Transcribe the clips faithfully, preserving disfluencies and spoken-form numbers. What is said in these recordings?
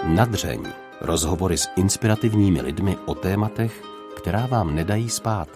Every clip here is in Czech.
Nadřeň. Rozhovory s inspirativními lidmi o tématech, která vám nedají spát.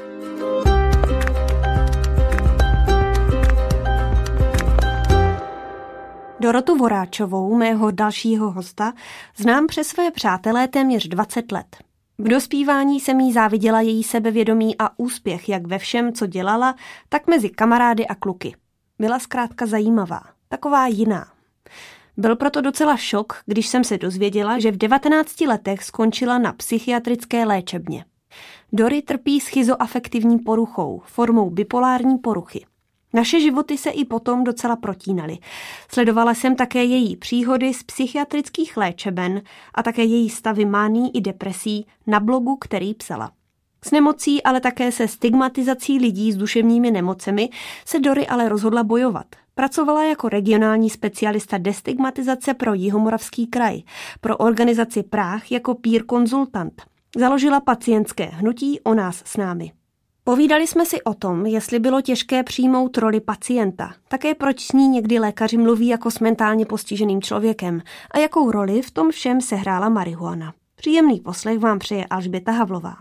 Dorotu Voráčovou, mého dalšího hosta, znám přes své přátelé téměř dvacet let. V dospívání jsem jí záviděla její sebevědomí a úspěch, jak ve všem, co dělala, tak mezi kamarády a kluky. Byla zkrátka zajímavá, taková jiná. Byl proto docela šok, když jsem se dozvěděla, že v devatenácti letech skončila na psychiatrické léčebně. Dory trpí schizoafektivní poruchou, formou bipolární poruchy. Naše životy se i potom docela protínaly. Sledovala jsem také její příhody z psychiatrických léčeben a také její stavy mánií i depresí na blogu, který psala. S nemocí, ale také se stigmatizací lidí s duševními nemocemi se Dory ale rozhodla bojovat. Pracovala jako regionální specialista destigmatizace pro Jihomoravský kraj, pro organizaci Práh jako peer konzultant. Založila pacientské hnutí O nás s námi. Povídali jsme si o tom, jestli bylo těžké přijmout roli pacienta, také proč s ní někdy lékaři mluví jako s mentálně postiženým člověkem a jakou roli v tom všem sehrála marihuana. Příjemný poslech vám přeje Alžběta Havlová.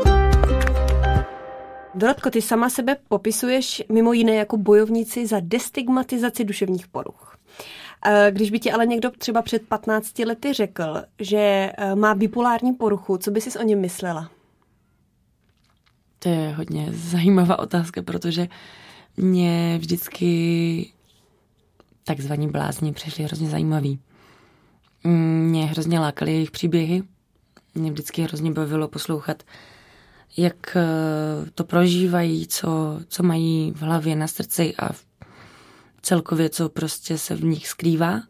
Dorotko, ty sama sebe popisuješ mimo jiné jako bojovnici za destigmatizaci duševních poruch. Když by ti ale někdo třeba před patnácti lety řekl, že má bipolární poruchu, co by sis o něm myslela? To je hodně zajímavá otázka, protože mě vždycky takzvaní blázni přišli hrozně zajímaví. Mě hrozně lákaly jejich příběhy. Mě vždycky hrozně bavilo poslouchat, jak to prožívají, co, co mají v hlavě, na srdci a celkově, co prostě se v nich skrývá.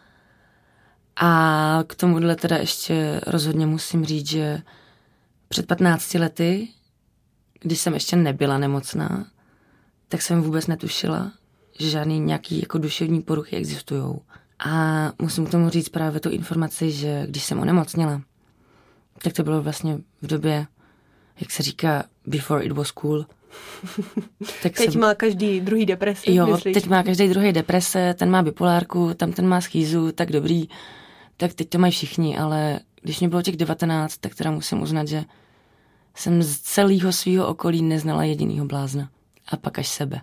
A k tomuhle teda ještě rozhodně musím říct, že před patnácti lety, když jsem ještě nebyla nemocná, tak jsem vůbec netušila, že žádný nějaký jako duševní poruchy existujou. A musím k tomu říct právě tu informaci, že když jsem onemocněla, tak to bylo vlastně v době, jak se říká, before it was cool. Tak teď jsem... má každý druhý depresi, Jo, myslíš? teď má každý druhý deprese, ten má bipolárku, tam ten má schýzu, tak dobrý. Tak teď to mají všichni, ale když mě bylo těch devatenáct, tak teda musím uznat, že jsem z celého svého okolí neznala jedinýho blázna. A pak až sebe.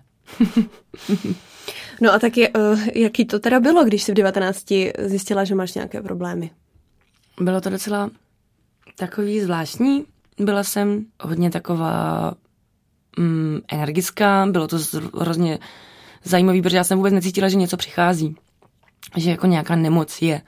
No a tak je, uh, jaký to teda bylo, když jsi v devatenácti zjistila, že máš nějaké problémy? Bylo to docela takový zvláštní. Byla jsem hodně taková mm, energická, bylo to hrozně zajímavý, protože já jsem vůbec necítila, že něco přichází. Že jako nějaká nemoc je.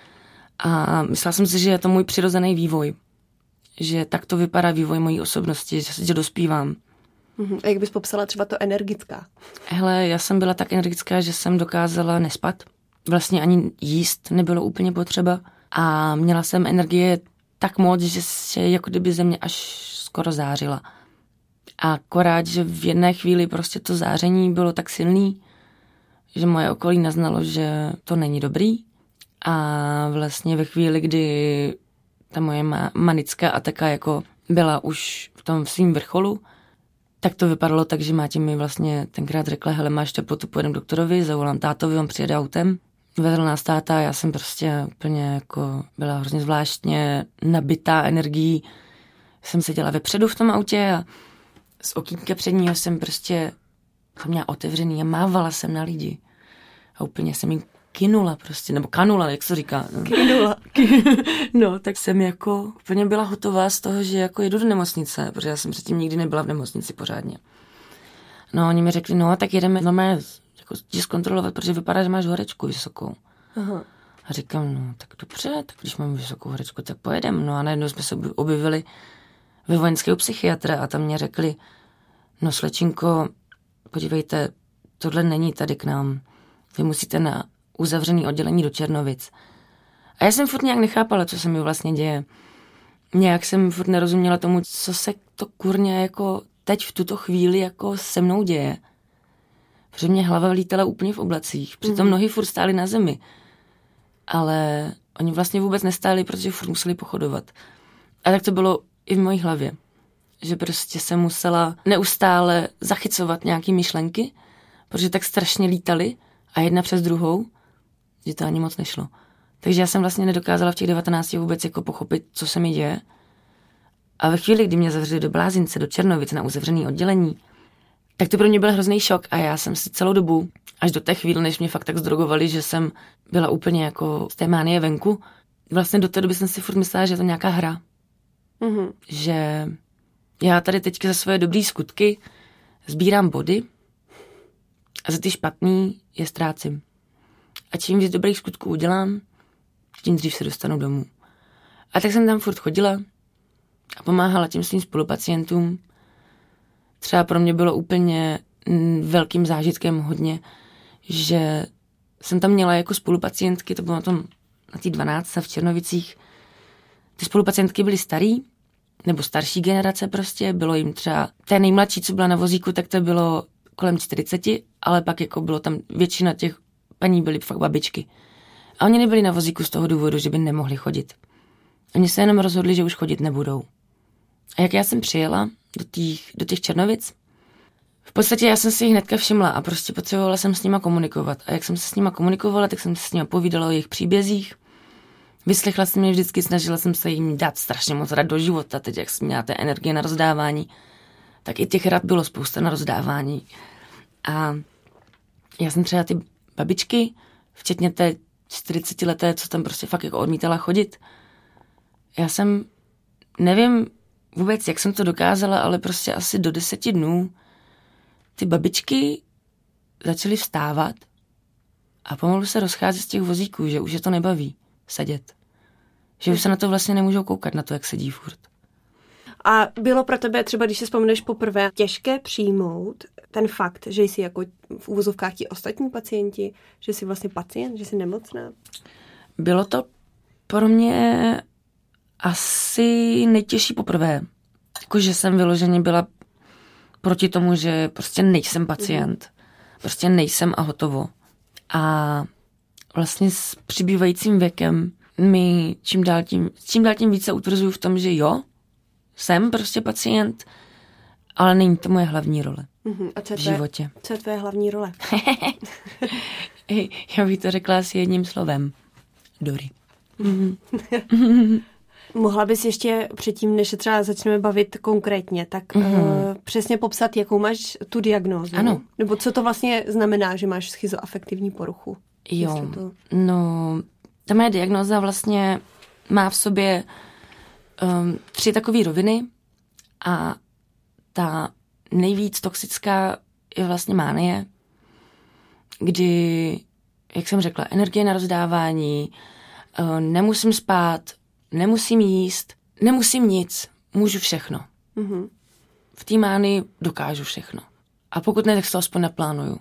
A myslela jsem si, že je to můj přirozený vývoj. Že tak to vypadá vývoj mojí osobnosti, že se dospívám. A jak bys popsala třeba to energická? Hele, já jsem byla tak energická, že jsem dokázala nespat. Vlastně ani jíst nebylo úplně potřeba. A měla jsem energie tak moc, že se jako kdyby ze mě až skoro zářila. A akorát, že v jedné chvíli prostě to záření bylo tak silný, že moje okolí naznalo, že to není dobrý. A vlastně ve chvíli, kdy ta moje ma- manická ataka jako byla už v tom svým vrcholu, tak to vypadalo tak, že Máti mi vlastně tenkrát řekla, hele, máš teplotu, pojedem doktorovi, zavolám tátovi, on přijede autem. Vezl nás táta, já jsem prostě úplně jako byla hrozně zvláštně nabitá energií. Jsem seděla vepředu v tom autě a z okýnka předního jsem prostě jsem měla otevřený a mávala jsem na lidi. A úplně jsem jim kinula prostě, nebo kanula, jak se říká. Kinula. No, tak jsem jako úplně byla hotová z toho, že jako jedu do nemocnice, protože já jsem předtím nikdy nebyla v nemocnici pořádně. No, oni mi řekli, no, tak jedeme normálně jako ti zkontrolovat, protože vypadá, že máš horečku vysokou. Aha. A říkám, no, tak dobře, tak když mám vysokou horečku, tak pojedem. No a najednou jsme se objevili ve vojenského psychiatra a tam mě řekli, no slečinko, podívejte, tohle není tady k nám. Vy musíte na uzavřený oddělení do Černovic. A já jsem furt nějak nechápala, co se mi vlastně děje. Nějak jsem furt nerozuměla tomu, co se to kurně jako teď v tuto chvíli jako se mnou děje. Protože mě hlava lítala úplně v oblacích. Přitom nohy furt stály na zemi. Ale oni vlastně vůbec nestáli, protože furt museli pochodovat. A tak to bylo i v mojí hlavě. Že prostě jsem musela neustále zachycovat nějaký myšlenky, protože tak strašně lítaly a jedna přes druhou, že to ani moc nešlo. Takže já jsem vlastně nedokázala v těch devatenácti vůbec jako pochopit, co se mi děje. A ve chvíli, kdy mě zavřeli do Blázince, do Černovic na uzavřený oddělení, tak to pro mě byl hrozný šok a já jsem si celou dobu, až do té chvíle, než mě fakt tak zdrogovali, že jsem byla úplně jako z té mánie venku, vlastně do té doby jsem si furt myslela, že je to nějaká hra. Mm-hmm. Že já tady teďka za svoje dobrý skutky sbírám body a za ty špatný je ztrácím. A čím víc dobrých skutků udělám, tím dřív se dostanu domů. A tak jsem tam furt chodila a pomáhala těm svým spolupacientům. Třeba pro mě bylo úplně velkým zážitkem hodně, že jsem tam měla jako spolupacientky, to bylo na tom na té dvanáctce v Černovicích. Ty spolupacientky byly starý, nebo starší generace prostě, bylo jim třeba, té nejmladší, co byla na vozíku, tak to bylo kolem čtyřiceti, ale pak jako bylo tam většina těch paní byly fakt babičky. A oni nebyli na vozíku z toho důvodu, že by nemohli chodit. Oni se jenom rozhodli, že už chodit nebudou. A jak já jsem přijela do těch, do těch Černovic, v podstatě já jsem si jich hnedka všimla a prostě potřebovala jsem s nima komunikovat. A jak jsem se s nima komunikovala, tak jsem se s nima povídala o jejich příbězích. Vyslechla jsem je vždycky, snažila jsem se jim dát strašně moc rad do života, teď jak jsem měla té energie na rozdávání, tak i těch rad bylo spousta na rozdávání. A já jsem třeba ty babičky, včetně té čtyřicetileté, co tam prostě fakt jako odmítala chodit, já jsem, nevím vůbec, jak jsem to dokázala, ale prostě asi do deseti dnů ty babičky začaly vstávat a pomalu se rozcházet z těch vozíků, že už je to nebaví sedět. Že už se na to vlastně nemůžou koukat, na to, jak sedí furt. A bylo pro tebe třeba, když si vzpomeneš poprvé, těžké přijmout ten fakt, že jsi jako v úvozovkách ti ostatní pacienti, že jsi vlastně pacient, že jsi nemocná? Bylo to pro mě asi nejtěžší poprvé. Jako, že jsem vyloženě byla proti tomu, že prostě nejsem pacient. Prostě nejsem a hotovo. A vlastně s přibývajícím věkem mi čím dál tím, čím dál tím více utvrzuju v tom, že jo, jsem prostě pacient, ale není to moje hlavní role uh-huh. A co je v tvoje, životě. Co je tvoje hlavní role? Já bych to řekla asi jedním slovem. Dory. Mohla bys ještě předtím, než se třeba začneme bavit konkrétně, tak mm-hmm. uh, přesně popsat, jakou máš tu diagnózu? Ano. Nebo co to vlastně znamená, že máš schizoafektivní poruchu? Jo, to... no, ta moje diagnóza vlastně má v sobě um, tři takové roviny a ta nejvíc toxická je vlastně mánie, kdy, jak jsem řekla, energie na rozdávání, uh, nemusím spát, nemusím jíst, nemusím nic, můžu všechno. Mm-hmm. V té mánii dokážu všechno. A pokud ne, tak to aspoň neplánuju.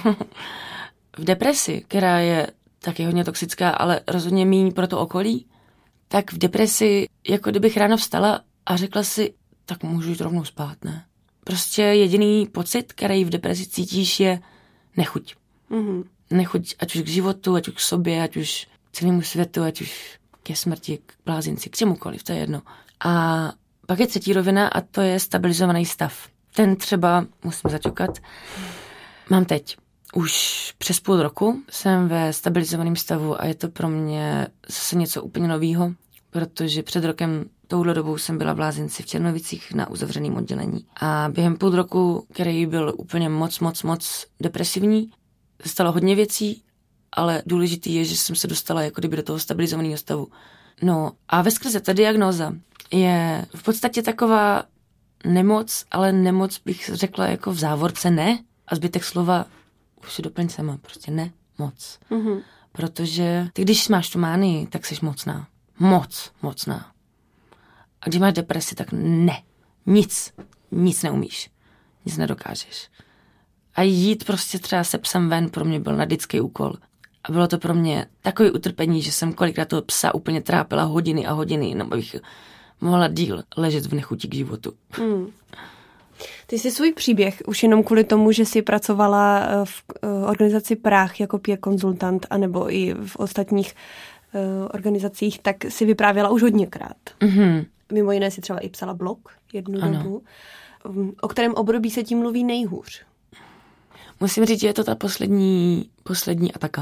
V depresi, která je taky hodně toxická, ale rozhodně míň pro to okolí, tak v depresi, jako kdybych ráno vstala a řekla si, tak můžu jít rovnou spát, ne? Prostě jediný pocit, který v depresi cítíš, je nechuť. Mm-hmm. Nechuť ať už k životu, ať už k sobě, ať už k celému světu, ať už ke smrti, k blázinci, k čemukoliv, to je jedno. A pak je třetí rovina a to je stabilizovaný stav. Ten třeba, musím zaťukat, mám teď. Už přes půl roku jsem ve stabilizovaném stavu a je to pro mě zase něco úplně novýho, protože před rokem touhle dobou jsem byla v Blázinci v Černovicích na uzavřeném oddělení. A během půl roku, který byl úplně moc, moc, moc depresivní, stalo hodně věcí, ale důležitý je, že jsem se dostala jako kdyby do toho stabilizovaného stavu. No a veskrze ta diagnóza je v podstatě taková nemoc, ale nemoc bych řekla jako v závorce ne a zbytek slova už si doplň sama, prostě ne moc. Mm-hmm. Protože ty, když máš tu mánii, tak jsi mocná. Moc mocná. A když máš depresi, tak ne. Nic. Nic neumíš. Nic nedokážeš. A jít prostě třeba se psem ven pro mě byl nadický úkol. A bylo to pro mě takové utrpení, že jsem kolikrát toho psa úplně trápila hodiny a hodiny, nebo bych mohla díl ležet v nechuti k životu. Mm. Ty jsi svůj příběh už jenom kvůli tomu, že jsi pracovala v organizaci Práh jako peer konzultant, anebo i v ostatních organizacích, tak si vyprávěla už hodněkrát. Mm-hmm. Mimo jiné si třeba i psala blog jednu ano. dobu. O kterém období se tím mluví nejhůř? Musím říct, že je to ta poslední, poslední ataka.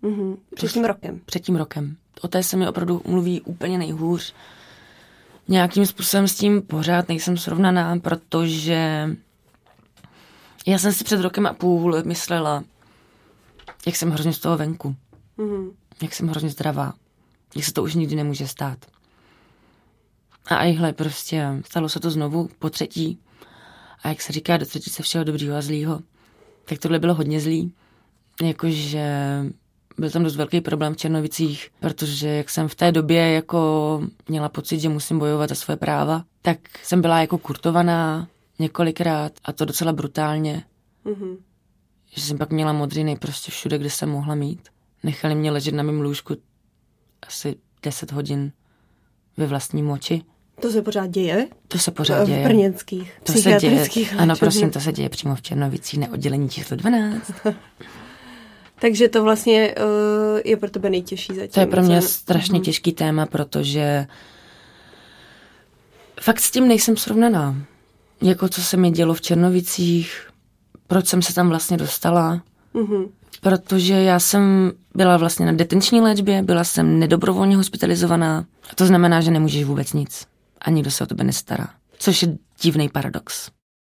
Mm-hmm. Před tím rokem. Před tím rokem. O té se mi opravdu mluví úplně nejhůř. Nějakým způsobem s tím pořád nejsem srovnaná, protože já jsem si před rokem a půl myslela, jak jsem hrozně z toho venku. Mm-hmm. Jak jsem hrozně zdravá. Jak se to už nikdy nemůže stát. A ejhle, prostě stalo se to znovu po třetí. A jak se říká, do třetice všeho dobrýho a zlýho. Tak tohle bylo hodně zlý. Jakože byl tam dost velký problém v Černovicích, protože jak jsem v té době jako měla pocit, že musím bojovat za své práva, tak jsem byla jako kurtovaná několikrát a to docela brutálně. Mm-hmm. Že jsem pak měla modřiny prostě všude, kde jsem mohla mít. Nechali mě ležet na mém lůžku asi deset hodin ve vlastní moči. To se pořád děje? To se pořád děje. V brněnských to se děje. Ano, prosím, to se děje přímo v Černovicích na oddělení číslo dvanáct. Takže to vlastně uh, je pro tebe nejtěžší zatím. To je pro mě co... strašně uh-huh. těžký téma, protože fakt s tím nejsem srovnaná. Jako co se mi dělo v Černovicích, proč jsem se tam vlastně dostala. Uh-huh. Protože já jsem byla vlastně na detenční léčbě, byla jsem nedobrovolně hospitalizovaná. A to znamená, že nemůžeš vůbec nic. A nikdo se o tebe nestará. Což je divný paradox.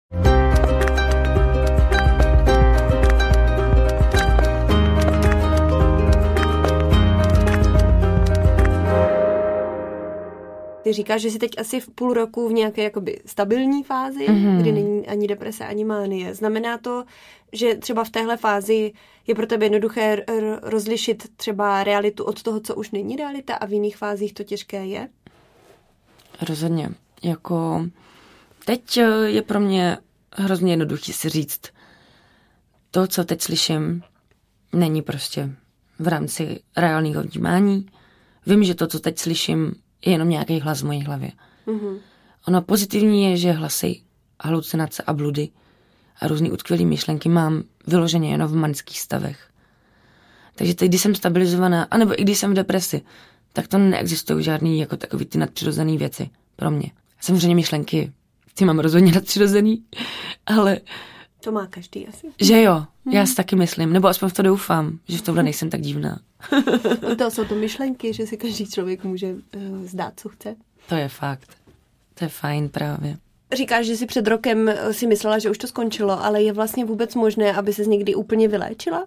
Ty říkáš, že jsi teď asi v půl roku v nějaké jakoby stabilní fázi, mm-hmm. kdy není ani deprese, ani mánie. Znamená to, že třeba v téhle fázi je pro tebe jednoduché r- rozlišit třeba realitu od toho, co už není realita a v jiných fázích to těžké je? Rozhodně. Jako teď je pro mě hrozně jednoduchý si říct, to, co teď slyším, není prostě v rámci reálného vnímání. Vím, že to, co teď slyším, je jenom nějaký hlas v mojí hlavě. Mm-hmm. Ono pozitivní je, že hlasy, halucinace a bludy a různý utkvělý myšlenky mám vyloženě jenom v manických stavech. Takže teď, když jsem stabilizovaná, anebo i když jsem v depresi, tak to neexistují žádný jako takový ty nadpřirozený věci pro mě. Samozřejmě myšlenky, ty mám rozhodně nadpřirozený, ale... To má každý asi. Že jo, já si taky myslím, nebo aspoň v to doufám, že v tomhle nejsem tak divná. To jsou to myšlenky, že si každý člověk může uh, zdát, co chce. To je fakt. To je fajn právě. Říkáš, že si před rokem si myslela, že už to skončilo, ale je vlastně vůbec možné, aby ses někdy úplně vyléčila?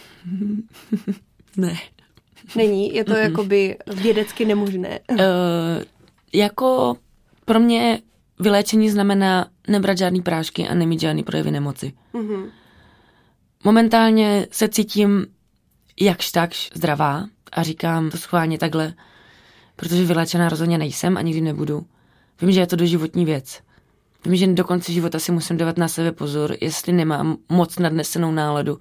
Ne. Není? Je to mm-hmm. jakoby vědecky nemožné? Uh, jako pro mě vyléčení znamená nebrat žádný prášky a nemít žádný projevy nemoci. Mm-hmm. Momentálně se cítím jakž takž zdravá a říkám to schválně takhle, protože vyléčená rozhodně nejsem a nikdy nebudu. Vím, že je to doživotní věc. Vím, že do konce života si musím dávat na sebe pozor, jestli nemám moc nadnesenou náladu,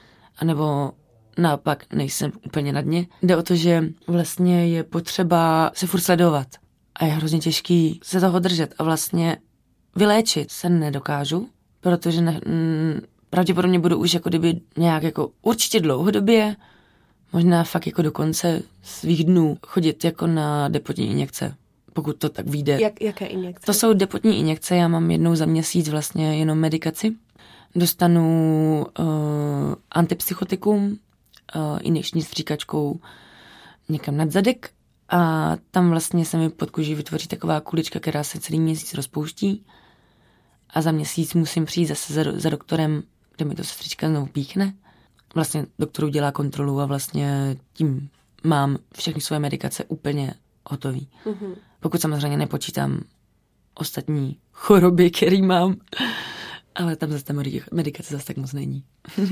anebo naopak nejsem úplně na dně. Jde o to, že vlastně je potřeba se furt sledovat a je hrozně těžký se toho držet a vlastně vyléčit se nedokážu, protože ne, m, pravděpodobně budu už jako kdyby nějak jako určitě dlouhodobě, možná fakt jako do konce svých dnů chodit jako na depotní injekce, pokud to tak vyjde. Jak, jaké injekce? To jsou depotní injekce, já mám jednou za měsíc vlastně jenom medikaci. Dostanu uh, antipsychotikum, uh, injekční stříkačkou někam nad zadek a tam vlastně se mi pod kůží vytvoří taková kulička, která se celý měsíc rozpouští a za měsíc musím přijít zase za, za doktorem, kde mi to sestřička znovu píchne. Vlastně doktor udělá kontrolu a vlastně tím mám všechny svoje medikace úplně hotový. Mm-hmm. Pokud samozřejmě nepočítám ostatní choroby, které mám, ale tam zase ta medikace zase tak moc není.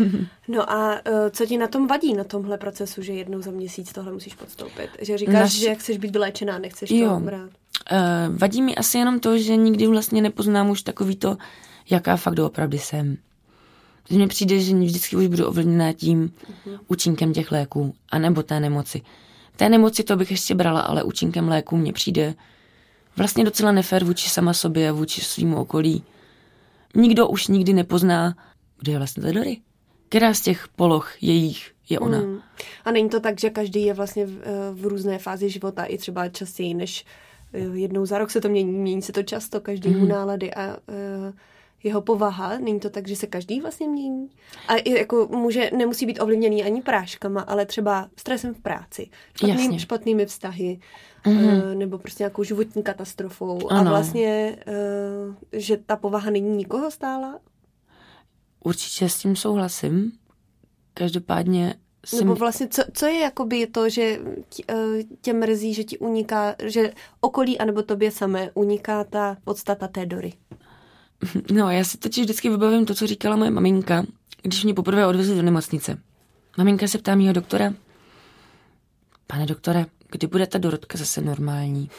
No a uh, co ti na tom vadí, na tomhle procesu, že jednou za měsíc tohle musíš podstoupit? Že říkáš, Naš... že jak chceš být vyléčená, nechceš jo. to brát? Uh, vadí mi asi jenom to, že nikdy vlastně nepoznám už takový to, jaká fakt doopravdy jsem. Že mně přijde, že vždycky už budu ovlivněná tím uh-huh. účinkem těch léků, anebo té nemoci. Té nemoci to bych ještě brala, ale účinkem léků mně přijde vlastně docela nefér vůči sama sobě, vůči svýmu okolí. Nikdo už nikdy nepozná, kdo je vlastně ta Dory. Která z těch poloh jejich je ona. Mm. A není to tak, že každý je vlastně v, v různé fázi života, i třeba častěji než jednou za rok se to mění, mění se to často, každému mm. nálady a uh, jeho povaha, není to tak, že se každý vlastně mění. A jako může, nemusí být ovlivněný ani práškama, ale třeba stresem v práci, špatný, špatnými vztahy, mm-hmm. nebo prostě nějakou životní katastrofou. Ano. A vlastně, že ta povaha není nikoho stála? Určitě s tím souhlasím. Každopádně jsem... Nebo vlastně, co, co je jakoby to, že tě mrzí, že ti uniká, že okolí anebo tobě samé uniká ta podstata té Dory? No, já si totiž vždycky vybavím to, co říkala moje maminka, když mě poprvé odvezli do nemocnice. Maminka se ptá mýho doktora, pane doktore, kdy bude ta Dorotka zase normální?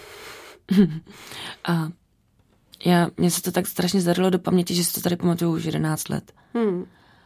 A já, mně se to tak strašně zdarilo do paměti, že si to tady pamatuju už jedenáct let. Hmm.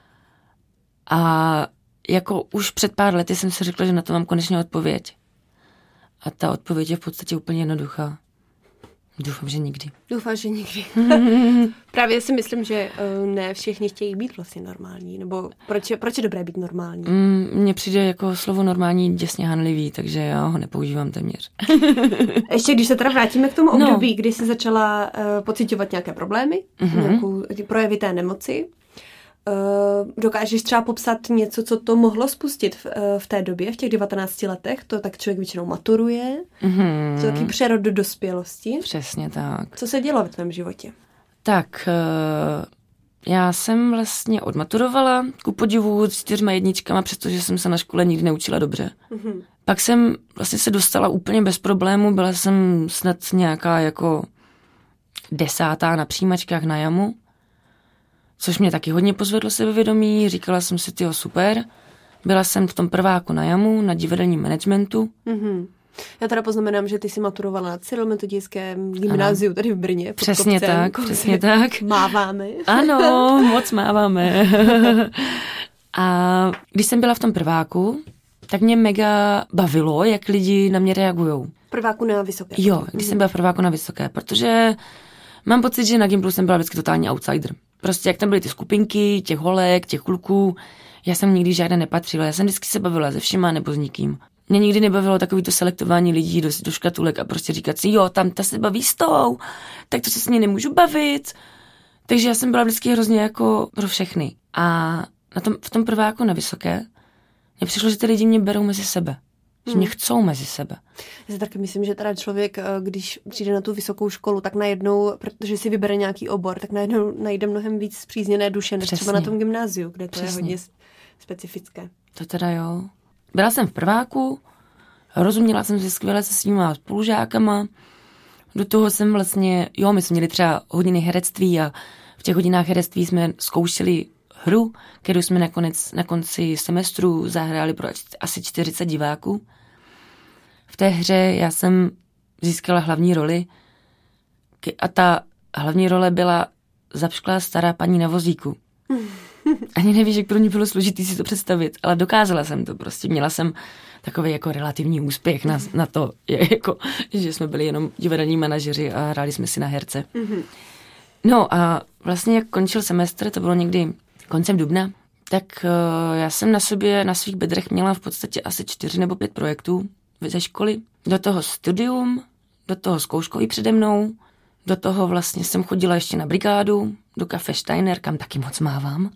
A jako už před pár lety jsem si řekla, že na to mám konečně odpověď. A ta odpověď je v podstatě úplně jednoduchá. Doufám, že nikdy. Doufám, že nikdy. Právě si myslím, že ne všichni chtějí být vlastně normální. Nebo proč je, proč je dobré být normální? Mně mm, přijde jako slovo normální děsně hanlivý, takže já ho nepoužívám téměř. Ještě když se teda vrátíme k tomu období, no. kdy jsi začala uh, pociťovat nějaké problémy, mm-hmm. nějakou projevy té nemoci, Uh, dokážeš třeba popsat něco, co to mohlo spustit v, uh, v té době, v těch devatenácti letech? To tak člověk většinou maturuje. Mm-hmm. To je takový přerod do dospělosti. Přesně tak. Co se dělo v tvém životě? Tak, uh, já jsem vlastně odmaturovala, ku podivu s čtyřma jedničkama, přestože jsem se na škole nikdy neučila dobře. Mm-hmm. Pak jsem vlastně se dostala úplně bez problému, byla jsem snad nějaká jako desátá na přijímačkách na jamu. Což mě taky hodně pozvedlo sebevědomí, říkala jsem si, tyjo, super. Byla jsem v tom prváku na jamu, na divadelním managementu. Mm-hmm. Já teda poznamenám, že ty jsi maturovala na Cyrilometodickém gymnáziu tady v Brně. Přesně kopcem, tak, přesně tak. Máváme. Ano, moc máváme. A když jsem byla v tom prváku, tak mě mega bavilo, jak lidi na mě reagujou. Prváku na vysoké. Jo, když mm-hmm. jsem byla v prváku na vysoké, protože mám pocit, že na Gimplu jsem byla vždycky totální outsider. Prostě jak tam byly ty skupinky, těch holek, těch kluků, já jsem nikdy žádné nepatřila, já jsem vždycky se bavila se všema nebo s nikým. Mě nikdy nebavilo takový to selektování lidí do, do škatulek a prostě říkat si, jo, tam ta se baví s tou, tak to se s ní nemůžu bavit. Takže já jsem byla vždycky hrozně jako pro všechny. A na tom, v tom prváku na vysoké mně přišlo, že ty lidi mě berou mezi sebe. Že mě chcou mezi sebe. Já si taky myslím, že teda člověk, když přijde na tu vysokou školu, tak najednou, protože si vybere nějaký obor, tak najednou najde mnohem víc spřízněné duše, než třeba na tom gymnáziu, kde to Přesně. je hodně specifické. To teda jo. Byla jsem v prváku, rozuměla jsem si skvěle se svýma spolužákama, do toho jsem vlastně, jo, my jsme měli třeba hodiny herectví a v těch hodinách herectví jsme zkoušeli hru, kterou jsme nakonec na konci semestru zahráli pro asi čtyřicet diváků. V té hře já jsem získala hlavní roli a ta hlavní role byla zapšklá stará paní na vozíku. Ani nevíš, jak pro mě bylo složitý si to představit, ale dokázala jsem to prostě. Měla jsem takový jako relativní úspěch na, na to, jako, že jsme byli jenom divadelní manažeři a hráli jsme si na herce. No a vlastně jak končil semestr, to bylo někdy koncem dubna, tak uh, já jsem na sobě, na svých bedrech měla v podstatě asi čtyři nebo pět projektů ze školy. Do toho studium, do toho zkouškový přede mnou, do toho vlastně jsem chodila ještě na brigádu, do Café Steiner, kam taky moc mávám.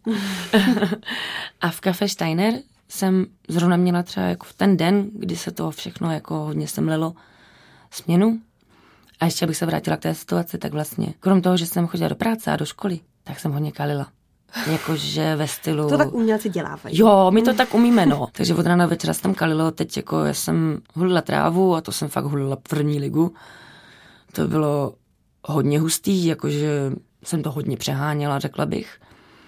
A v Café Steiner jsem zrovna měla třeba jako v ten den, kdy se to všechno jako hodně semlelo, směnu. A ještě abych se vrátila k té situaci, tak vlastně, krom toho, že jsem chodila do práce a do školy, tak jsem hodně kalila. Jakože ve stylu... To tak umělci dělávají. Jo, my to tak umíme, no. Takže od rána večera se tam kalilo, teď jako já jsem hulila trávu a to jsem fakt hulila první ligu. To bylo hodně hustý, jakože jsem to hodně přeháněla, řekla bych.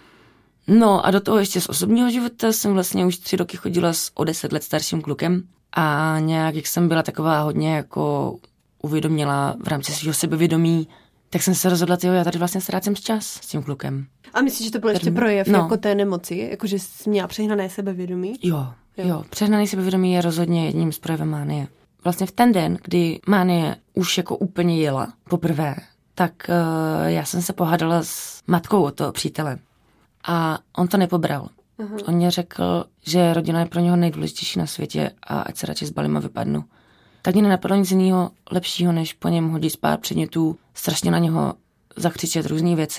No a do toho ještě z osobního života jsem vlastně už tři roky chodila s o deset let starším klukem a nějak, jak jsem byla taková hodně jako uvědoměla v rámci svého sebevědomí, tak jsem se rozhodla, tyjo, já tady vlastně ztrácím čas s tím klukem. A myslíš, že to byl ještě projev no. jako té nemoci? Jakože jsi měla přehnané sebevědomí? Jo, jo, jo. Přehnané sebevědomí je rozhodně jedním z projevem mánie. Vlastně v ten den, kdy mánie už jako úplně jela poprvé, tak uh, já jsem se pohádala s matkou od toho přítele. A on to nepobral. Uh-huh. On mě řekl, že rodina je pro něho nejdůležitější na světě a ať se radši zbalím a vypadnu. Tak mě nenapadlo nic jiného lepšího, než po něm hodit pár předmětů, strašně na něho zakřičet různý věci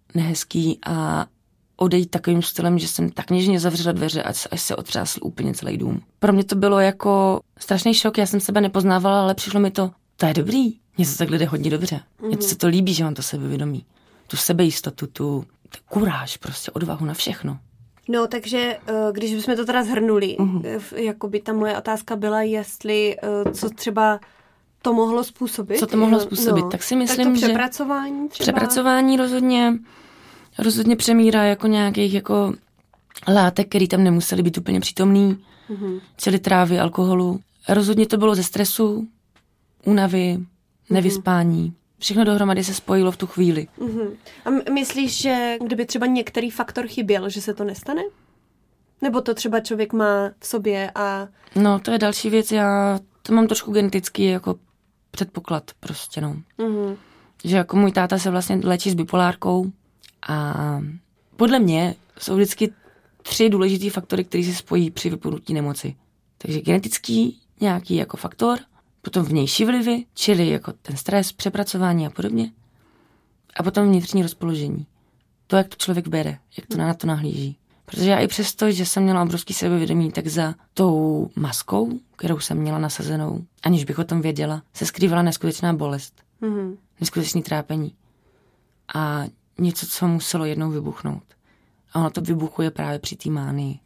nehezký a odejít takovým stylem, že jsem tak něžně zavřela dveře, až, až se otřásl úplně celý dům. Pro mě to bylo jako strašný šok, já jsem sebe nepoznávala, ale přišlo mi to, to je dobrý, mně se takhle jde hodně dobře. Mně mm-hmm. se to líbí, že mám to sebevědomí, tu sebejistotu, tu, tu kuráž, prostě odvahu na všechno. No, takže když bychom to teda zhrnuli, mm-hmm. jakoby ta moje otázka byla, jestli co třeba to mohlo způsobit. Co to mohlo způsobit, no, tak si myslím, tak to že... přepracování třeba? Přepracování rozhodně, rozhodně přemírá jako nějakých jako látek, který tam nemuseli být úplně přítomný, mm-hmm. čili trávy, alkoholu. Rozhodně to bylo ze stresu, únavy, nevyspání. Všechno dohromady se spojilo v tu chvíli. Uh-huh. A myslíš, že kdyby třeba některý faktor chyběl, že se to nestane? Nebo to třeba člověk má v sobě a... No, to je další věc. Já to mám trošku genetický jako předpoklad prostě, no. Uh-huh. Že jako můj táta se vlastně léčí s bipolárkou a podle mě jsou vždycky tři důležitý faktory, které se spojí při vypnutí nemoci. Takže genetický nějaký jako faktor, potom vnější vlivy, čili jako ten stres, přepracování a podobně. A potom vnitřní rozpoložení. To, jak to člověk bere, jak to na to nahlíží. Protože já i přesto, že jsem měla obrovský sebevědomí, tak za tou maskou, kterou jsem měla nasazenou, aniž bych o tom věděla, se skrývala neskutečná bolest. Mm-hmm. Neskutečný trápení. A něco, co muselo jednou vybuchnout. A ono to vybuchuje právě při té mánii.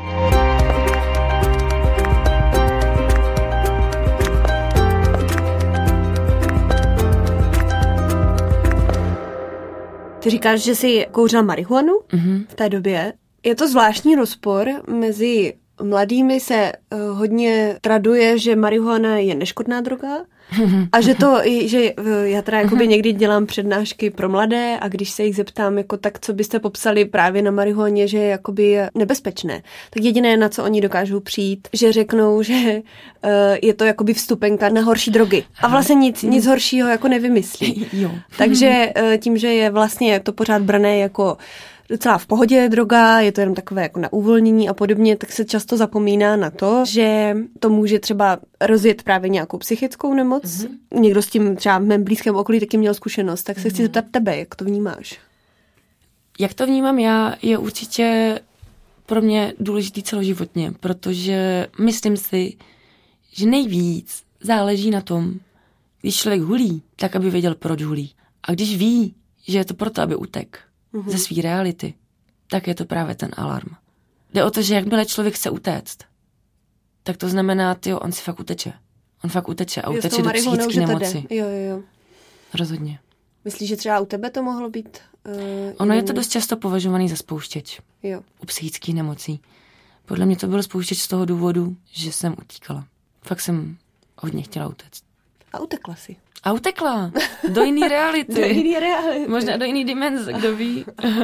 Ty říkáš, že jsi kouřila marihuanu mm-hmm. v té době. Je to zvláštní rozpor mezi mladými se uh, hodně traduje, že marihuana je neškodná droga a že to, že uh, já teda jakoby někdy dělám přednášky pro mladé a když se jich zeptám, jako tak co byste popsali právě na marihuaně, že je jakoby nebezpečné, tak jediné, na co oni dokážou přijít, že řeknou, že uh, je to jakoby vstupenka na horší drogy a vlastně nic, nic horšího jako nevymyslí. Jo. Takže uh, tím, že je vlastně to pořád brané jako docela v pohodě droga, je to jenom takové jako na uvolnění a podobně, tak se často zapomíná na to, že to může třeba rozjet právě nějakou psychickou nemoc. Mm-hmm. Někdo s tím třeba v mém blízkém okolí taky měl zkušenost, tak se mm-hmm. chci zeptat tebe, jak to vnímáš? Jak to vnímám já, je určitě pro mě důležitý celoživotně, protože myslím si, že nejvíc záleží na tom, když člověk hulí, tak aby věděl, proč hulí. A když ví, že je to proto, aby utek mm-hmm. ze své reality, tak je to právě ten alarm. Jde o to, že jakmile člověk chce utéct, tak to znamená, tyjo, on si fakt uteče. On fakt uteče a uteče do psychické nemoci. Jo, jo, jo. Rozhodně. Myslíš, že třeba u tebe to mohlo být? Uh, ono je to dost často považovaný za spouštěč. Jo. U psychických nemocí. Podle mě to byl spouštěč z toho důvodu, že jsem utíkala. Fakt jsem hodně chtěla utéct. A utekla si. A utekla. Do jiný reality. Do jiný reality. Možná do jiný dimenze, kdo ví.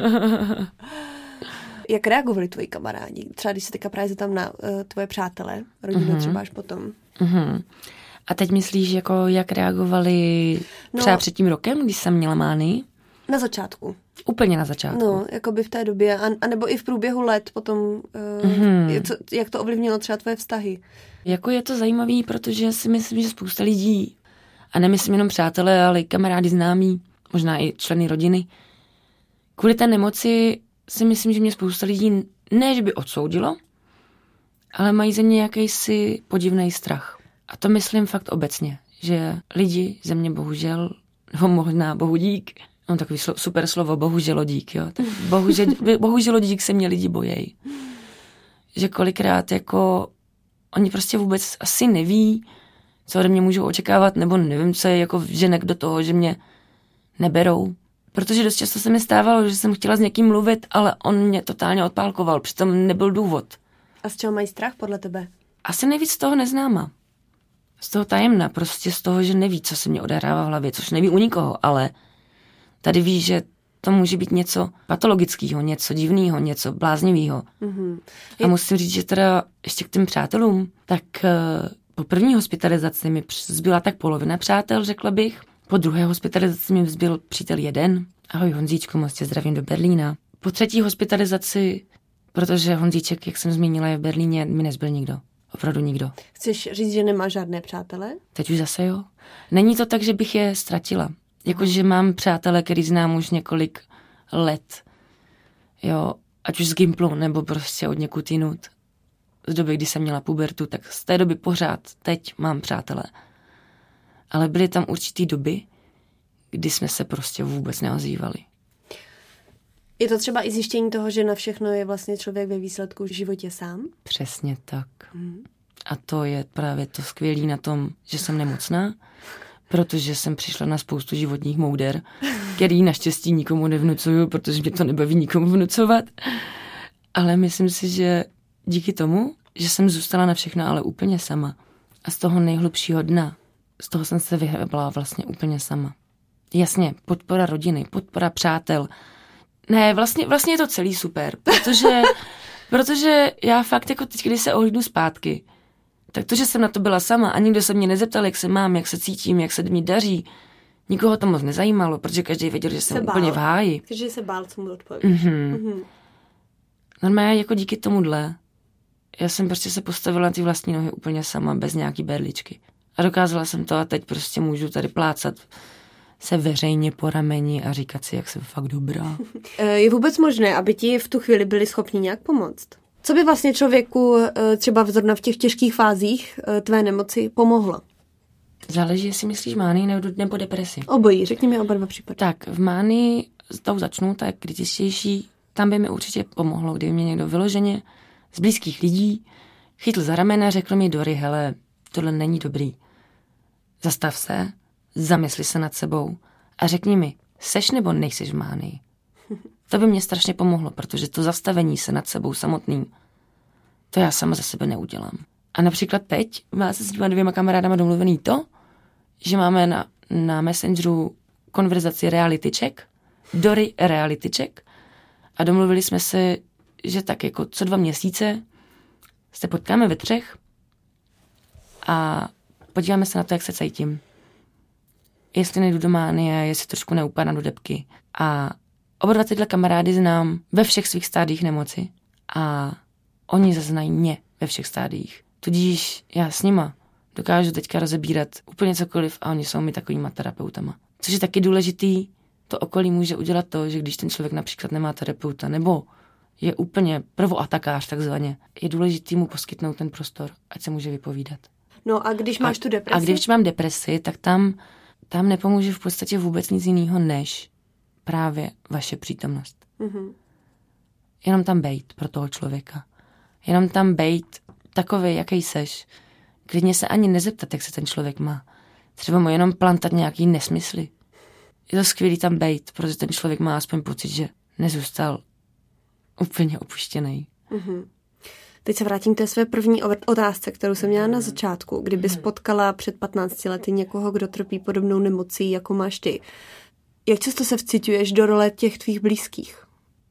Jak reagovali tvoji kamarádi? Třeba když se teďka právě tam na uh, tvoje přátelé, rodinu uh-huh. třeba až potom. Uh-huh. A teď myslíš, jako jak reagovali no, třeba před tím rokem, když jsem měla mánii? Na začátku. Úplně na začátku. No, jako by v té době, a, a nebo i v průběhu let potom, uh, uh-huh. co, jak to ovlivnilo třeba tvoje vztahy? Jako je to zajímavý, protože si myslím, že spousta lidí, a nemyslím jenom přátelé, ale i kamarádi známí, možná i členy rodiny, kvůli té nemoci si myslím, že mě spousta lidí ne, že by odsoudilo, ale mají ze mě jakýsi podivný strach. A to myslím fakt obecně, že lidi ze mě bohužel, nebo možná bohudík, mám takový slo, super slovo, bohuželodík, jo. Tak bohužel, bohuželodík se mě lidi bojejí. Že kolikrát jako oni prostě vůbec asi neví, co ode mě můžou očekávat, nebo nevím, co je jako ženek do toho, že mě neberou. Protože dost často se mi stávalo, že jsem chtěla s někým mluvit, ale on mě totálně odpálkoval, přitom nebyl důvod. A z čeho mají strach podle tebe? Asi nejvíc z toho neznáma. Z toho tajemna, prostě z toho, že neví, co se mě odehrává v hlavě, což neví u nikoho, ale tady ví, že to může být něco patologického, něco divného, něco bláznivého. Mm-hmm. A musím říct, že teda ještě k těm přátelům, tak uh, po první hospitalizaci mi zbyla tak polovina přátel, řekla bych. Po druhé hospitalizaci mi zbyl přítel jeden. Ahoj Honzíčku, moc tě zdravím do Berlína. Po třetí hospitalizaci, protože Honzíček, jak jsem zmínila, je v Berlíně, mi nezbyl nikdo. Opravdu nikdo. Chceš říct, že nemáš žádné přátele? Teď už zase jo. Není to tak, že bych je ztratila. Jakože mám přátele, který znám už několik let. Jo, ať už z Gimplu, nebo prostě od někud jinut. Z doby, kdy jsem měla pubertu, tak z té doby pořád teď mám přátelé. Ale byly tam určitý doby, kdy jsme se prostě vůbec neozývali. Je to třeba i zjištění toho, že na všechno je vlastně člověk ve výsledku v životě sám? Přesně tak. Hmm. A to je právě to skvělé na tom, že jsem nemocná, protože jsem přišla na spoustu životních mouder, který naštěstí nikomu nevnucuju, protože mě to nebaví nikomu vnucovat. Ale myslím si, že díky tomu, že jsem zůstala na všechno, ale úplně sama. A z toho nejhlubšího dna, z toho jsem se vyhebla vlastně úplně sama. Jasně, podpora rodiny, podpora přátel. Ne, vlastně, vlastně je to celý super, protože, protože já fakt jako teď, když se ohlídnu zpátky, tak to, že jsem na to byla sama a nikdo se mě nezeptal, jak se mám, jak se cítím, jak se mi daří, nikoho to moc nezajímalo, protože každý věděl, že jsem bál. úplně v háji. Takže se bál, co mu odpovědět. Mm-hmm. Mm-hmm. Normálně jako díky tomuhle, já jsem prostě se postavila na ty vlastní nohy úplně sama, bez nějaký berličky. A dokázala jsem to a teď prostě můžu tady plácat se veřejně po rameni a říkat si, jak jsem fakt dobrá. Je vůbec možné, aby ti v tu chvíli byli schopni nějak pomoct? Co by vlastně člověku třeba zrovna v těch těžkých fázích tvé nemoci pomohlo? Záleží, jestli myslíš mánii nebo depresi. Obojí, řekni mi oba dva případy. Tak, v mánii, s tou začnu, ta je kritičtější, tam by mi určitě pomohlo, kdyby mě někdo vyloženě z blízkých lidí chytl za ramena a řekl mi, Dory, hele, tohle není dobrý. Zastav se, zamysli se nad sebou a řekni mi, seš nebo nejseš v mánii. To by mě strašně pomohlo, protože to zastavení se nad sebou samotným, to já sama za sebe neudělám. A například teď má se s těma dvěma kamarádama domluvený to, že máme na, na Messengeru konverzaci reality check, Dory reality check, a domluvili jsme se, že tak jako co dva měsíce se potkáme ve třech a podíváme se na to, jak se cítím. Jestli nejdu do mánie, jestli trošku neupadám do debky. A oba dva tyhle kamarády znám ve všech svých stádiích nemoci a oni zase znají mě ve všech stádiích. Tudíž já s nima dokážu teďka rozebírat úplně cokoliv a oni jsou mi takovýma terapeutama. Což je taky důležitý, to okolí může udělat to, že když ten člověk například nemá terapeuta nebo je úplně prvoatakář takzvaně, je důležitý mu poskytnout ten prostor, ať se může vypovídat. No a když máš a, tu depresi? A když mám depresi, tak tam, tam nepomůže v podstatě vůbec nic jiného, než právě vaše přítomnost. Mm-hmm. Jenom tam bejt pro toho člověka. Jenom tam bejt takovej, jaký seš. Klidně se ani nezeptat, jak se ten člověk má. Třeba mu jenom plantat nějaký nesmysly. Je to skvělý tam bejt, protože ten člověk má aspoň pocit, že nezůstal úplně opuštěný. Mm-hmm. Teď se vrátím k té své první otázce, kterou jsem měla na začátku. Kdyby spotkala před patnácti lety někoho, kdo trpí podobnou nemocí, jako máš ty. Jak často se vciťuješ do role těch tvých blízkých?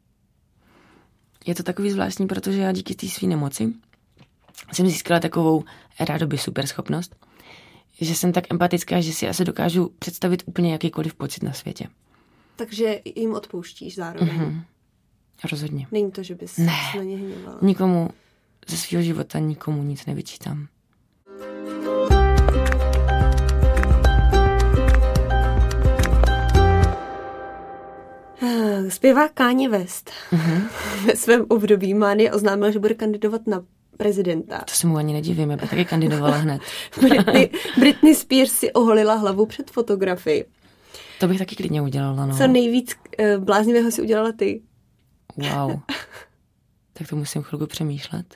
Je to takový zvláštní, protože já díky té své nemoci jsem získala takovou rádoby superschopnost, že jsem tak empatická, že si asi dokážu představit úplně jakýkoliv pocit na světě. Takže jim odpouštíš zároveň? Mm-hmm. Rozhodně. Není to, že bys ne. se na ně hněvala? Nikomu ze svého života nikomu nic nevyčítám. Zpěvák Kanye West uh-huh. ve svém období mánie oznámil, že bude kandidovat na prezidenta. To se mu ani nedivím, já bych taky kandidovala hned. Britney, Britney Spears si oholila hlavu před fotografii. To bych taky klidně udělala, no. Co nejvíc uh, bláznivého si udělala ty? Wow. Tak to musím chvilku přemýšlet.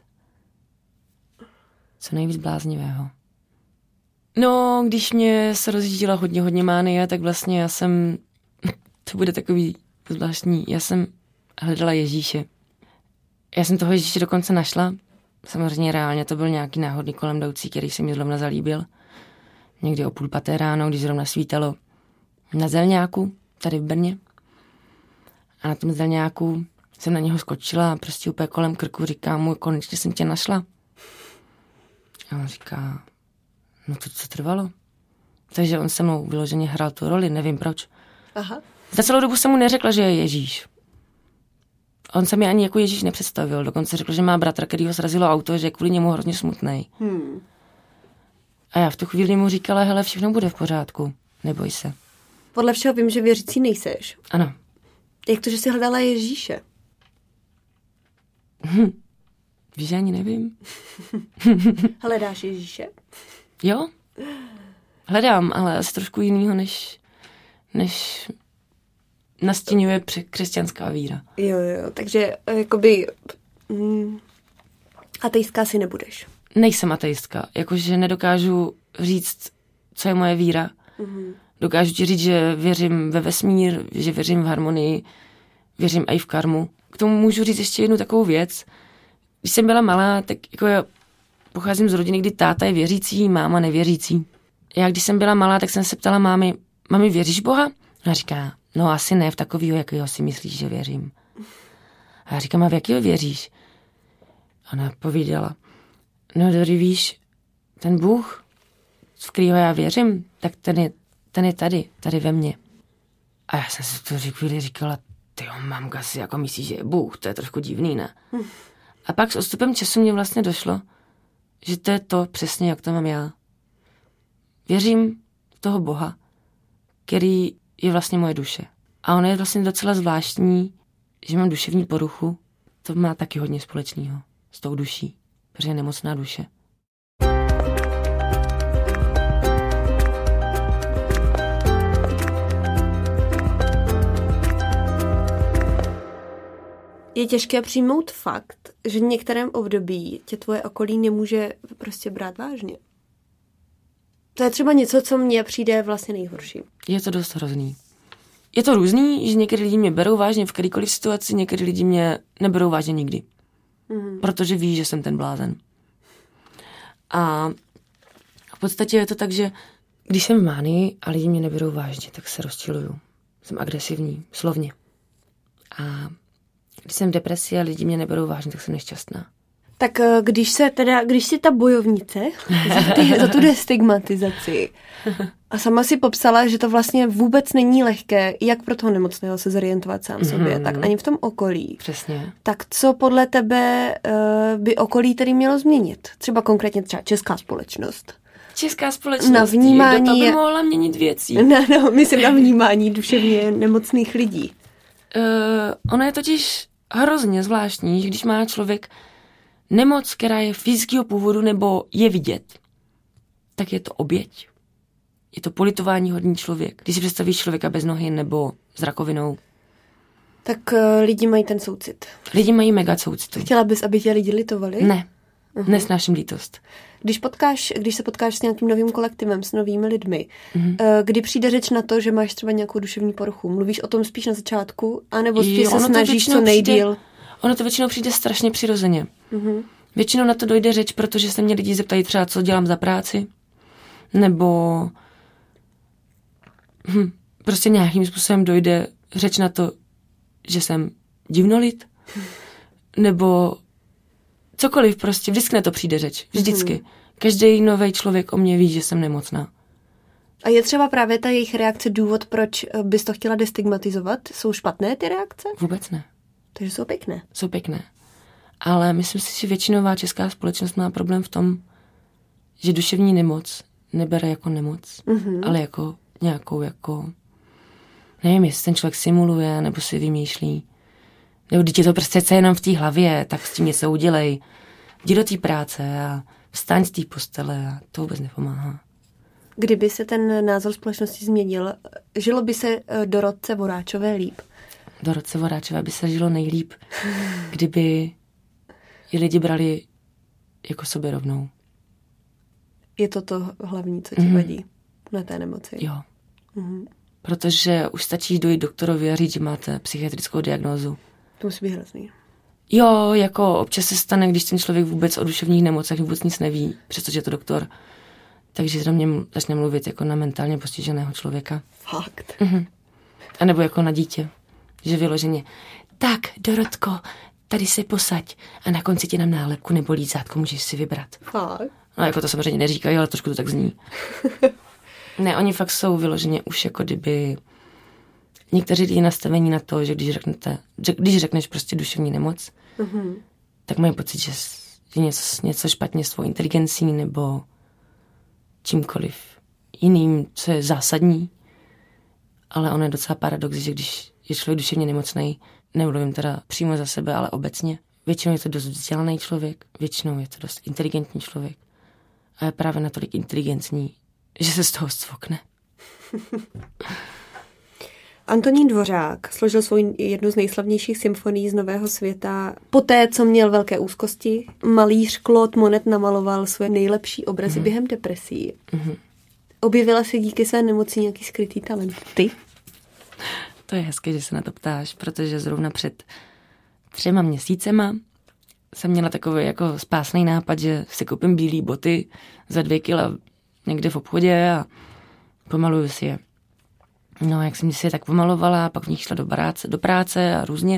Co nejvíc bláznivého? No, když mě se rozjíždila hodně, hodně mánie, tak vlastně já jsem, to bude takový zvláštní, já jsem hledala Ježíše. Já jsem toho Ježíše dokonce našla. Samozřejmě reálně to byl nějaký náhodný kolem jdoucí, který se mi zrovna zalíbil. Někdy o půl paté ráno, když zrovna svítalo na Zelňáku, tady v Brně. A na tom Zelňáku jsem na něho skočila a prostě úplně kolem krku říkám mu, konečně jsem tě našla. A on říká, no to co trvalo? Takže on se mnou vyloženě hrál tu roli, nevím proč. Aha. Za celou dobu jsem mu neřekla, že je Ježíš. On se mi ani jako Ježíš nepředstavil. Dokonce řekl, že má bratra, který ho srazilo auto, že je kvůli němu hrozně smutnej. Hmm. A já v tu chvíli mu říkala, hele, všechno bude v pořádku. Neboj se. Podle všeho vím, že věřící nejseš. Ano. Jak to, že jsi hledala Ježíše? Hm. Víš, ani nevím. Hledáš Ježíše? Jo, hledám, ale asi trošku jinýho, než, než nastíňuje křesťanská víra. Jo, jo, takže jakoby mm, ateistka si nebudeš. Nejsem ateistka, jakože nedokážu říct, co je moje víra. Mm-hmm. Dokážu ti říct, že věřím ve vesmír, že věřím v harmonii, věřím i v karmu. K tomu můžu říct ještě jednu takovou věc. Když jsem byla malá, tak jako já pocházím z rodiny, kdy táta je věřící, máma nevěřící. Já když jsem byla malá, tak jsem se ptala mámy, mami, věříš Boha? Ona říká, no asi ne v takovýho, jakýho si myslíš, že věřím. A já říkám, a v jakýho věříš? Ona povídala, no Dory, víš, ten Bůh, v kterýho já věřím, tak ten je, ten je tady, tady ve mně. A já jsem si to chvíli říkala, tyjo, mamka si jako myslí, že je Bůh, to je trošku divný, ne? Hm. A pak s odstupem času mě vlastně došlo, že to je to přesně, jak to mám já. Věřím v toho Boha, který je vlastně moje duše. A ono je vlastně docela zvláštní, že mám duševní poruchu. To má taky hodně společného s tou duší, protože je nemocná duše. Je těžké přijmout fakt, že v některém období tě tvoje okolí nemůže prostě brát vážně. To je třeba něco, co mně přijde vlastně nejhorší. Je to dost hrozný. Je to různý, že některý lidi mě berou vážně v kterýkoliv situaci, některý lidi mě neberou vážně nikdy. Mm. Protože ví, že jsem ten blázen. A v podstatě je to tak, že když jsem v mánii a lidi mě neberou vážně, tak se rozčiluju. Jsem agresivní, slovně. A když jsem v depresi a lidi mě neberou vážně, tak jsem nešťastná. Tak když se teda, když si ta bojovnice za, ty, za tu destigmatizaci a sama si popsala, že to vlastně vůbec není lehké, jak pro toho nemocného se zorientovat sám mm-hmm. sobě, tak ani v tom okolí. Přesně. Tak co podle tebe uh, by okolí tedy mělo změnit? Třeba konkrétně třeba česká společnost. Česká společnost, na vnímání, to by mohla měnit věcí. No, no, myslím na vnímání duševně nemocných lidí. Uh, ono je totiž hrozně zvláštní, že když má člověk nemoc, která je fyzického původu nebo je vidět, tak je to oběť. Je to politování hodný člověk. Když si představíš člověka bez nohy nebo s rakovinou. Tak uh, lidi mají ten soucit. Lidi mají mega soucit. Chtěla bys, aby tě lidi litovali? Ne, uh-huh. Nesnáším lítost. Když, potkáš, když se potkáš s nějakým novým kolektivem, s novými lidmi, uh-huh. uh, kdy přijde řeč na to, že máš třeba nějakou duševní poruchu, mluvíš o tom spíš na začátku, anebo spíš se snažíš co nejdýl? Přijde, ono to většinou přijde strašně přirozeně. Uh-huh. Většinou na to dojde řeč, protože se mě lidi zeptají třeba, co dělám za práci, nebo hm, prostě nějakým způsobem dojde řeč na to, že jsem divnolit, nebo cokoliv prostě, vždycky na to přijde řeč, vždycky. Mm-hmm. Každý nový člověk o mě ví, že jsem nemocná. A je třeba právě ta jejich reakce důvod, proč bys to chtěla destigmatizovat? Jsou špatné ty reakce? Vůbec ne. Takže jsou pěkné. Jsou pěkné. Ale myslím si, že většinová česká společnost má problém v tom, že duševní nemoc nebere jako nemoc, mm-hmm. ale jako nějakou jako, nevím, jestli ten člověk simuluje, nebo si vymýšlí. Nebo dítě to prostě jenom v té hlavě, tak s tím něco udělej. Jdi do té práce a vstaň z té postele a to vůbec nepomáhá. Kdyby se ten názor společnosti změnil, žilo by se Dorotce Voráčové líp? Dorotce Voráčové by se žilo nejlíp, kdyby je lidi brali jako sobě rovnou. Je to to hlavní, co ti mm. vadí na té nemoci? Jo. Mm. Protože už stačí dojít doktorovi a říct, že máte psychiatrickou diagnózu. To musí být hrozný. Jo, jako občas se stane, když ten člověk vůbec o duševních nemocech vůbec nic neví, přestože je to doktor, takže se na mě začne mluvit jako na mentálně postiženého člověka. Fakt. Mhm. A nebo jako na dítě, že vyloženě, tak, Dorotko, tady se posaď a na konci ti nám nálepku nebolí zátko, můžeš si vybrat. Fakt. No jako to samozřejmě neříkají, ale trošku to tak zní. Ne, oni fakt jsou vyloženě už jako kdyby někteří lidi nastavení na to, že když řeknete, že když řekneš prostě duševní nemoc, mm-hmm. tak mají pocit, že je něco, něco špatně s tvou inteligencí nebo čímkoliv jiným, co je zásadní. Ale ono je docela paradox, že když je člověk duševně nemocnej, nemluvím teda přímo za sebe, ale obecně. Většinou je to dost vzdělaný člověk, většinou je to dost inteligentní člověk a je právě natolik inteligentní, že se z toho zcvokne. Antonín Dvořák složil svou jednu z nejslavnějších symfonií z Nového světa. Poté, co měl velké úzkosti, malíř Claude Monet namaloval svoje nejlepší obrazy mm. během depresí. Mm. Objevila se díky své nemoci nějaký skrytý talent. Ty? To je hezké, že se na to ptáš, protože zrovna před třema měsícema jsem měla takový jako spásný nápad, že si koupím bílý boty za dvě kila někde v obchodě a pomaluju si je. No, jak jsem si je tak pomalovala, pak v nich šla do práce, do práce a různě.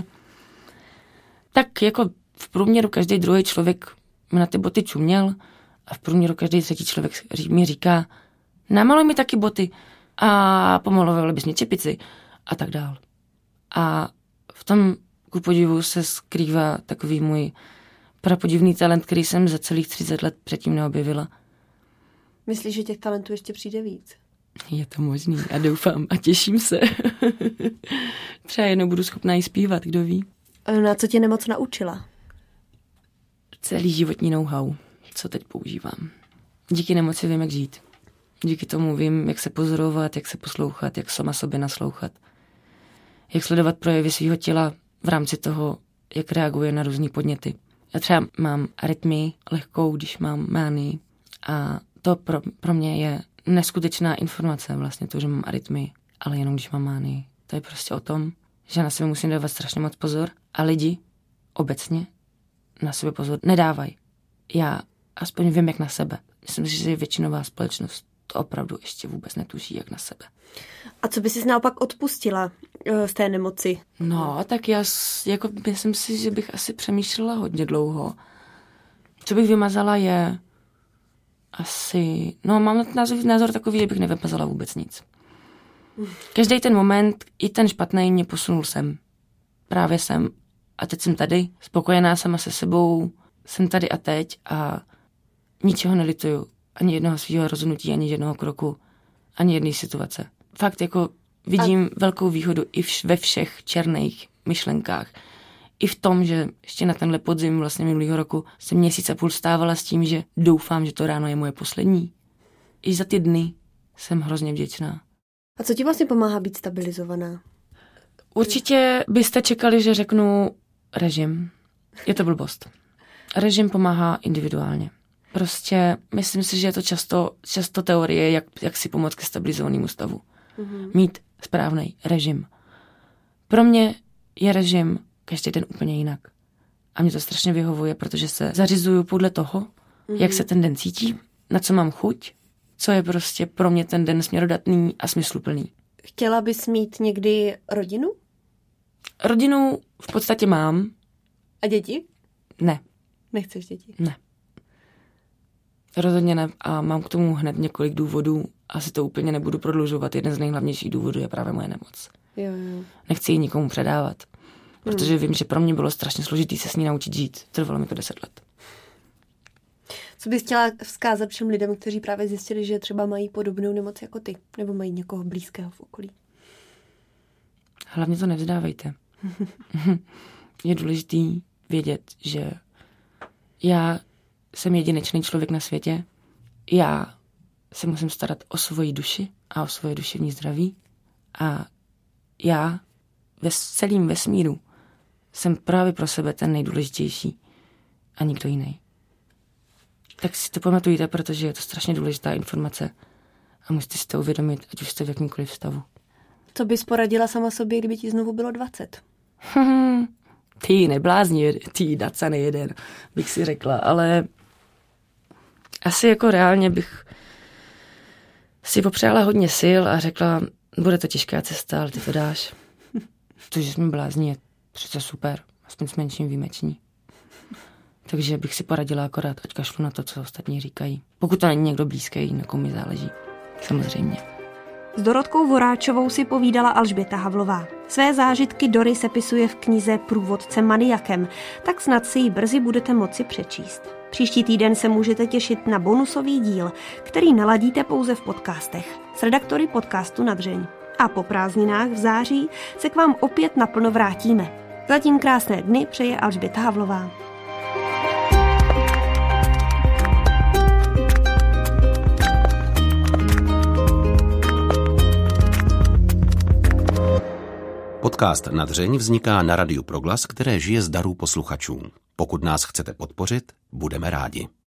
Tak jako v průměru každý druhý člověk mi na ty boty čuměl a v průměru každý třetí člověk mi říká, namaluj mi taky boty a pomalovali bys mě čepici a tak dál. A v tom ku podivu se skrývá takový můj prapodivný talent, který jsem za celých třicet let předtím neobjevila. Myslíš, že těch talentů ještě přijde víc? Je to možný a doufám a těším se. Třeba jednou budu schopná jí zpívat, kdo ví. Na co tě nemoc naučila? Celý životní know-how, co teď používám. Díky nemoci vím, jak žít. Díky tomu vím, jak se pozorovat, jak se poslouchat, jak sama sobě naslouchat. Jak sledovat projevy svého těla v rámci toho, jak reaguje na různý podněty. Já třeba mám arytmii lehkou, když mám mánii. A to pro, pro mě je neskutečná informace vlastně to, že mám arytmii, ale jenom když mám mánii. To je prostě o tom, že na sebe musím dávat strašně moc pozor a lidi obecně na sebe pozor nedávají. Já aspoň vím, jak na sebe. Myslím si, že je většinová společnost to opravdu ještě vůbec netuší, jak na sebe. A co by jsi naopak odpustila z té nemoci? No, tak já jako myslím si, že bych asi přemýšlela hodně dlouho. Co bych vymazala je asi... No, mám názor, názor takový, že bych nevymazala vůbec nic. Každý ten moment, i ten špatný, mě posunul sem. Právě sem. A teď jsem tady, spokojená sama se sebou. Jsem tady a teď a ničeho nelituju. Ani jednoho svého rozhodnutí, ani jednoho kroku, ani jedné situace. Fakt jako vidím a... velkou výhodu i vš- ve všech černých myšlenkách. I v tom, že ještě na tenhle podzim vlastně minulýho roku jsem měsíc a půl stávala s tím, že doufám, že to ráno je moje poslední. I za ty dny jsem hrozně vděčná. A co ti vlastně pomáhá být stabilizovaná? Určitě byste čekali, že řeknu režim. Je to blbost. Režim pomáhá individuálně. Prostě myslím si, že je to často, často teorie, jak, jak si pomoct ke stabilizovanému stavu. Mm-hmm. Mít správný režim. Pro mě je režim každý den úplně jinak. A mě to strašně vyhovuje, protože se zařizuju podle toho, mm-hmm. jak se ten den cítí, na co mám chuť, co je prostě pro mě ten den směrodatný a smysluplný. Chtěla bys mít někdy rodinu? Rodinu v podstatě mám. A děti? Ne. Nechceš děti? Ne. Rozhodně ne a mám k tomu hned několik důvodů. Asi to úplně nebudu prodlužovat. Jeden z nejhlavnějších důvodů je právě moje nemoc. Jo, jo. Nechci ji nikomu předávat, protože hmm. vím, že pro mě bylo strašně složitý se s ní naučit žít. Trvalo mi to deset let. Co bys chtěla vzkázat všem lidem, kteří právě zjistili, že třeba mají podobnou nemoc jako ty, nebo mají někoho blízkého v okolí? Hlavně to nevzdávejte. Je důležitý vědět, že já jsem jedinečný člověk na světě. Já se musím starat o svoji duši a o svoje duševní zdraví. A já ve celém vesmíru jsem právě pro sebe ten nejdůležitější a nikdo jiný. Tak si to pamatujte, protože je to strašně důležitá informace a musíte si to uvědomit, ať už jste v jakýmkoliv stavu. Co bys poradila sama sobě, kdyby ti znovu bylo dvacet? Ty neblázni, ty daca nejeden, bych si řekla, ale asi jako reálně bych si popřála hodně sil a řekla, bude to těžká cesta, ale ty to dáš. To, že jsme blázni, je přece super, aspoň s menším výjimeční. Takže bych si poradila akorát, ať kašlu na to, co ostatní říkají. Pokud to není někdo blízký, na kom mi záleží. Samozřejmě. S Dorotkou Voráčovou si povídala Alžběta Havlová. Své zážitky Dory sepisuje v knize Průvodce maniakem, tak snad si ji brzy budete moci přečíst. Příští týden se můžete těšit na bonusový díl, který naladíte pouze v podcastech s redaktory podcastu Nadřeň. A po prázdninách v září se k vám opět naplno vrátíme. Zatím krásné dny přeje Alžběta Havlová. Podcast Na dřeň vzniká na Radiu Proglas, které žije z darů posluchačů. Pokud nás chcete podpořit, budeme rádi.